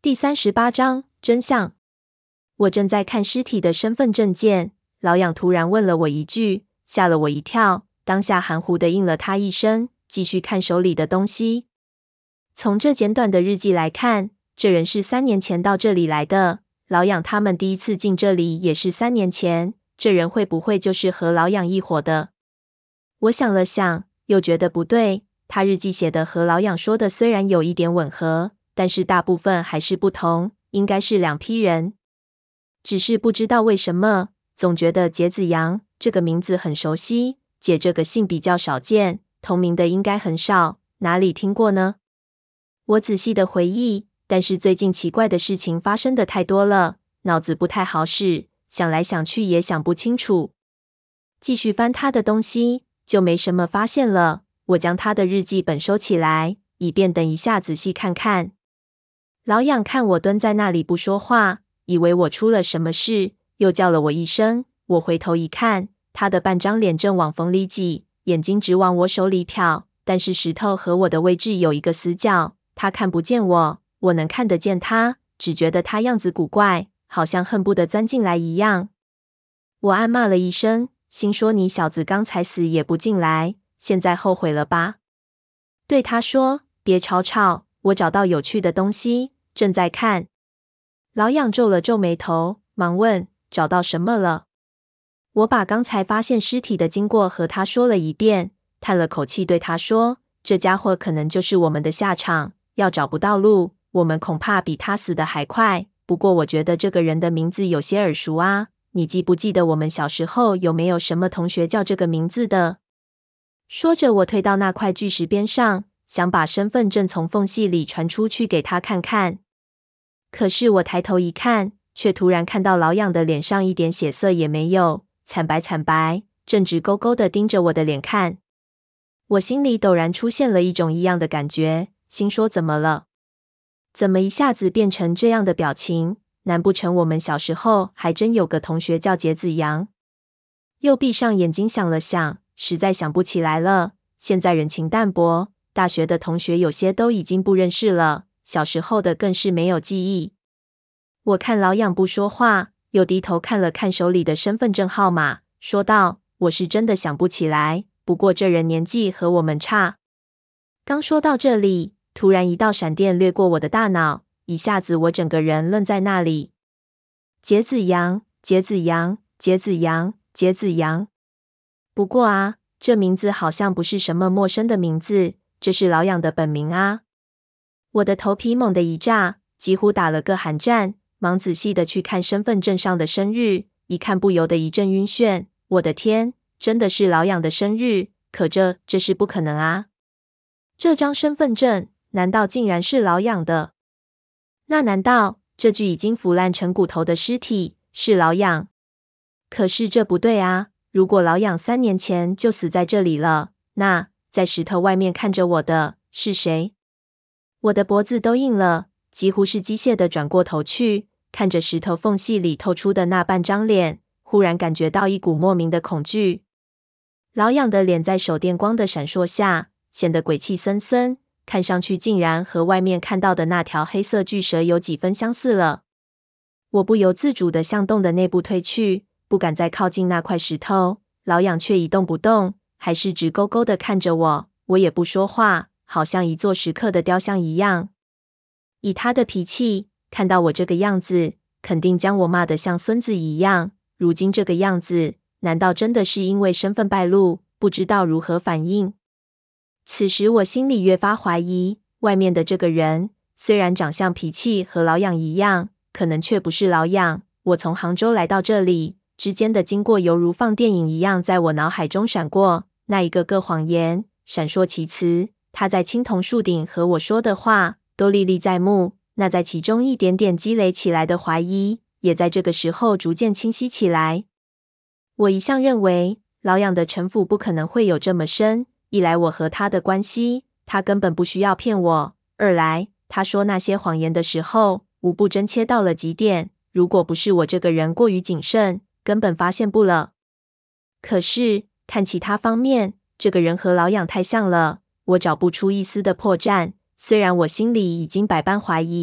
第38章真相。我正在看尸体的身份证件，老痒突然问了我一句，吓了我一跳，当下含糊地应了他一声，继续看手里的东西。从这简短的日记来看，这人是3年前到这里来的，老痒他们第一次进这里也是3年前，这人会不会就是和老痒一伙的？我想了想，又觉得不对，他日记写的和老痒说的虽然有一点吻合，但是大部分还是不同，应该是2批人。只是不知道为什么，总觉得结子阳这个名字很熟悉，姐这个姓比较少见，同名的应该很少，哪里听过呢？我仔细的回忆，但是最近奇怪的事情发生的太多了，脑子不太好使，想来想去也想不清楚。继续翻他的东西，就没什么发现了。我将他的日记本收起来，以便等一下仔细看看。老痒看我蹲在那里不说话，以为我出了什么事，又叫了我一声。我回头一看，他的半张脸正往缝里挤，眼睛直往我手里瞟，但是石头和我的位置有一个死角，他看不见我，我能看得见他，只觉得他样子古怪，好像恨不得钻进来一样。我暗骂了一声，心说你小子刚才死也不进来，现在后悔了吧？对他说，别吵吵，我找到有趣的东西，正在看。老痒皱了皱眉头，忙问，找到什么了？我把刚才发现尸体的经过和他说了一遍，叹了口气对他说，这家伙可能就是我们的下场，要找不到路，我们恐怕比他死得还快。不过我觉得这个人的名字有些耳熟啊，你记不记得我们小时候有没有什么同学叫这个名字的？说着，我退到那块巨石边上，想把身份证从缝隙里传出去给他看看。可是我抬头一看，却突然看到老痒的脸上一点血色也没有，惨白惨白，正直勾勾地盯着我的脸看。我心里陡然出现了一种异样的感觉，心说怎么了？怎么一下子变成这样的表情？难不成我们小时候还真有个同学叫结子阳？又闭上眼睛想了想，实在想不起来了。现在人情淡薄，大学的同学有些都已经不认识了，小时候的更是没有记忆。我看老痒不说话，又低头看了看手里的身份证号码，说道，我是真的想不起来，不过这人年纪和我们差。刚说到这里，突然一道闪电掠过我的大脑，一下子我整个人愣在那里。结子阳，结子阳，结子阳，结子阳。不过啊，这名字好像不是什么陌生的名字，这是老痒的本名啊。我的头皮猛地一炸，几乎打了个寒战，忙仔细的去看身份证上的生日，一看不由得一阵晕眩。我的天，真的是老痒的生日，可这是不可能啊。这张身份证难道竟然是老痒的？那难道这具已经腐烂成骨头的尸体是老痒？可是这不对啊，如果老痒3年前就死在这里了，那在石头外面看着我的是谁？我的脖子都硬了，几乎是机械的转过头去，看着石头缝隙里透出的那半张脸，忽然感觉到一股莫名的恐惧。老痒的脸在手电光的闪烁下显得鬼气森森，看上去竟然和外面看到的那条黑色巨蛇有几分相似了。我不由自主地向洞的内部退去，不敢再靠近那块石头。老痒却一动不动，还是直勾勾地看着我，我也不说话，好像一座石刻的雕像一样。以他的脾气，看到我这个样子，肯定将我骂得像孙子一样。如今这个样子，难道真的是因为身份败露，不知道如何反应？此时我心里越发怀疑，外面的这个人虽然长相脾气和老痒一样，可能却不是老痒。我从杭州来到这里之间的经过，犹如放电影一样在我脑海中闪过，那一个个谎言闪烁其词，他在青铜树顶和我说的话都历历在目，那在其中一点点积累起来的怀疑，也在这个时候逐渐清晰起来。我一向认为老痒的城府不可能会有这么深，一来我和他的关系，他根本不需要骗我；二来他说那些谎言的时候，无不真切到了极点，如果不是我这个人过于谨慎，根本发现不了。可是看其他方面，这个人和老痒太像了，我找不出一丝的破绽。虽然我心里已经百般怀疑，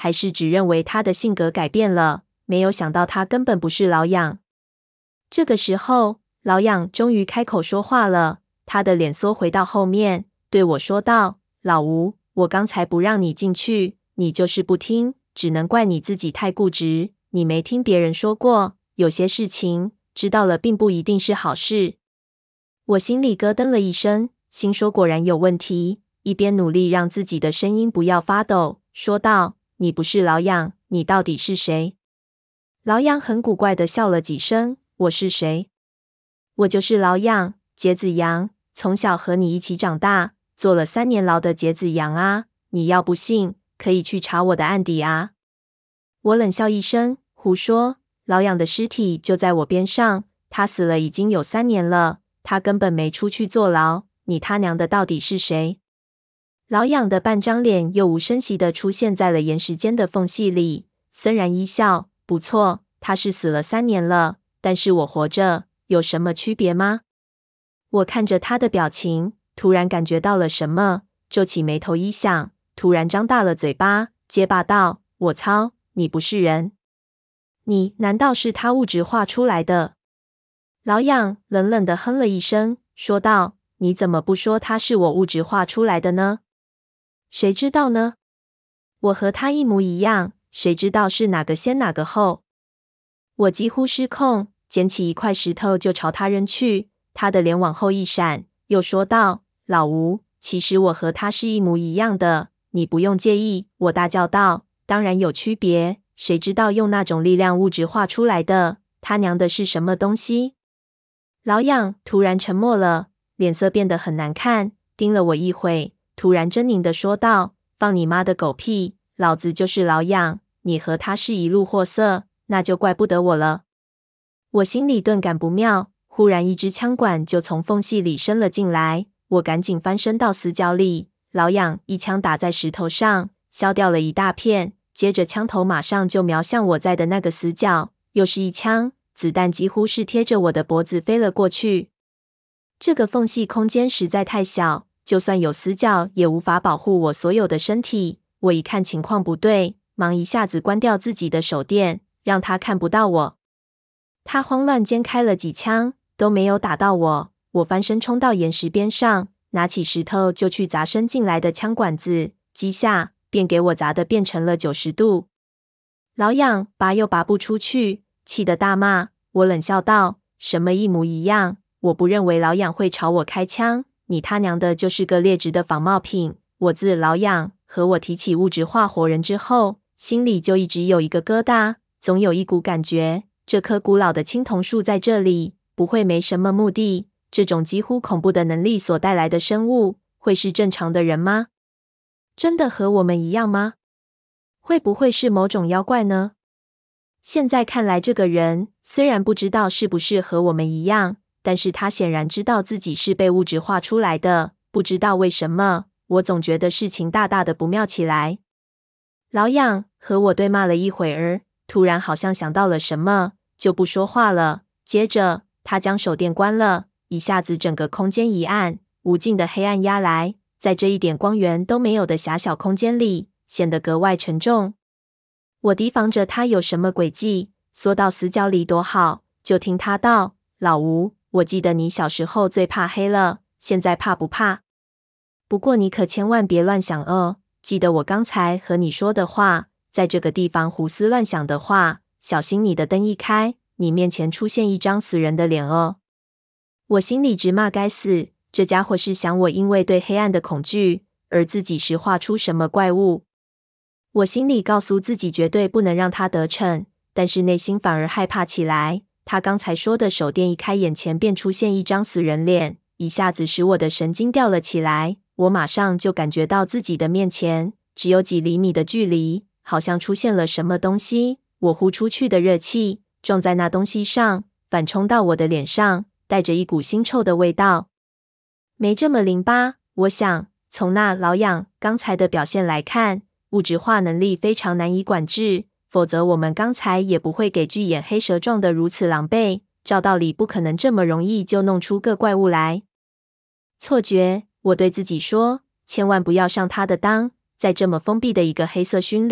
还是只认为他的性格改变了，没有想到他根本不是老痒。这个时候，老痒终于开口说话了，他的脸缩回到后面，对我说道：“老吴，我刚才不让你进去，你就是不听，只能怪你自己太固执。你没听别人说过，有些事情知道了并不一定是好事。”我心里咯噔了一声，心说果然有问题，一边努力让自己的声音不要发抖，说道：“你不是老痒，你到底是谁？”老痒很古怪的笑了几声：“我是谁？我就是老痒，结子杨，从小和你一起长大，坐了3年牢的结子杨啊！你要不信，可以去查我的案底啊！”我冷笑一声：“胡说！老痒的尸体就在我边上，他死了已经有3年了，他根本没出去坐牢。你他娘的到底是谁？”老痒的半张脸又无声息地出现在了岩石间的缝隙里，森然一笑：“不错，他是死了3年了，但是我活着，有什么区别吗？”我看着他的表情，突然感觉到了什么，皱起眉头一想，突然张大了嘴巴，结巴道：“我操，你不是人！你难道是他物质化出来的？”老痒冷冷地哼了一声，说道：“你怎么不说他是我物质化出来的呢？”“谁知道呢？我和他一模一样，谁知道是哪个先哪个后？”我几乎失控，捡起一块石头就朝他扔去。他的脸往后一闪，又说道：“老吴，其实我和他是一模一样的，你不用介意。”我大叫道：“当然有区别，谁知道用那种力量物质化出来的，他娘的是什么东西？”老痒突然沉默了，脸色变得很难看，盯了我一会，突然狰狞地说道：“放你妈的狗屁！老子就是老痒，你和他是一路货色，那就怪不得我了。”我心里顿感不妙，忽然一支枪管就从缝隙里伸了进来，我赶紧翻身到死角里，老痒一枪打在石头上，削掉了一大片，接着枪头马上就瞄向我在的那个死角，又是一枪，子弹几乎是贴着我的脖子飞了过去。这个缝隙空间实在太小，就算有死角也无法保护我所有的身体。我一看情况不对，忙一下子关掉自己的手电，让他看不到我。他慌乱间开了几枪，都没有打到我。我翻身冲到岩石边上，拿起石头就去砸伸进来的枪管子，几下便给我砸得变成了90度。老痒拔又拔不出去，气得大骂。我冷笑道：“什么一模一样？我不认为老痒会朝我开枪，你他娘的就是个劣质的仿冒品！”我自老痒和我提起物质化活人之后，心里就一直有一个疙瘩，总有一股感觉，这棵古老的青铜树在这里，不会没什么目的。这种几乎恐怖的能力所带来的生物，会是正常的人吗？真的和我们一样吗？会不会是某种妖怪呢？现在看来，这个人虽然不知道是不是和我们一样，但是他显然知道自己是被物质化出来的。不知道为什么，我总觉得事情大大的不妙起来。老痒和我对骂了一会儿，突然好像想到了什么，就不说话了。接着，他将手电关了，一下子整个空间一暗，无尽的黑暗压来，在这一点光源都没有的狭小空间里，显得格外沉重。我提防着他有什么诡计，缩到死角里躲好，就听他道：“老吴，我记得你小时候最怕黑了，现在怕不怕？不过你可千万别乱想哦，记得我刚才和你说的话，在这个地方胡思乱想的话，小心你的灯一开，你面前出现一张死人的脸哦。”我心里直骂该死，这家伙是想我因为对黑暗的恐惧，而自己石化出什么怪物。我心里告诉自己绝对不能让他得逞，但是内心反而害怕起来。他刚才说的手电一开，眼前便出现一张死人脸，一下子使我的神经吊了起来。我马上就感觉到自己的面前只有几厘米的距离，好像出现了什么东西。我呼出去的热气撞在那东西上，反冲到我的脸上，带着一股腥臭的味道。没这么灵吧？我想，从那老痒刚才的表现来看，物质化能力非常难以管制，否则我们刚才也不会给巨眼黑蛇撞得如此狼狈。照道理不可能这么容易就弄出个怪物来。错觉，我对自己说，千万不要上他的当。在这么封闭的一个黑色熏里，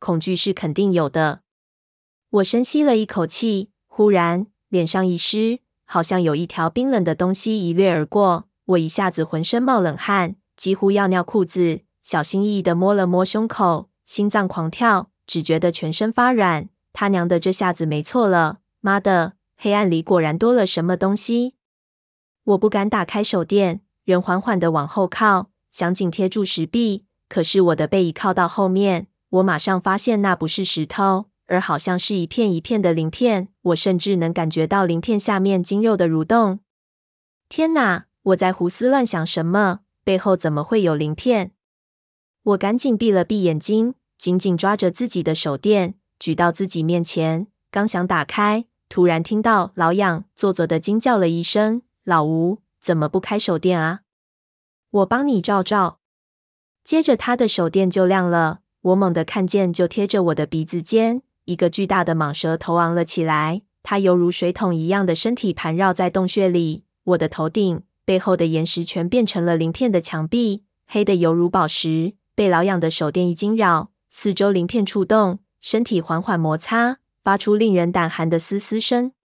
恐惧是肯定有的。我深吸了一口气，忽然脸上一湿，好像有一条冰冷的东西一掠而过。我一下子浑身冒冷汗，几乎要尿裤子，小心翼翼地摸了摸胸口，心脏狂跳，只觉得全身发软。他娘的，这下子没错了！妈的，黑暗里果然多了什么东西。我不敢打开手电，人缓缓地往后靠，想紧贴住石壁。可是我的背一靠到后面，我马上发现那不是石头，而好像是一片一片的鳞片。我甚至能感觉到鳞片下面筋肉的蠕动。天哪！我在胡思乱想什么？背后怎么会有鳞片？我赶紧闭了闭眼睛，紧紧抓着自己的手电，举到自己面前，刚想打开，突然听到老痒做作的惊叫了一声：“老吴，怎么不开手电啊？我帮你照照。”接着他的手电就亮了，我猛地看见就贴着我的鼻子尖，一个巨大的蟒蛇头昂了起来，它犹如水桶一样的身体盘绕在洞穴里。我的头顶背后的岩石全变成了鳞片的墙壁，黑的犹如宝石。被老痒的手电一惊扰，四周鳞片触动，身体缓缓摩擦，发出令人胆寒的嘶嘶声。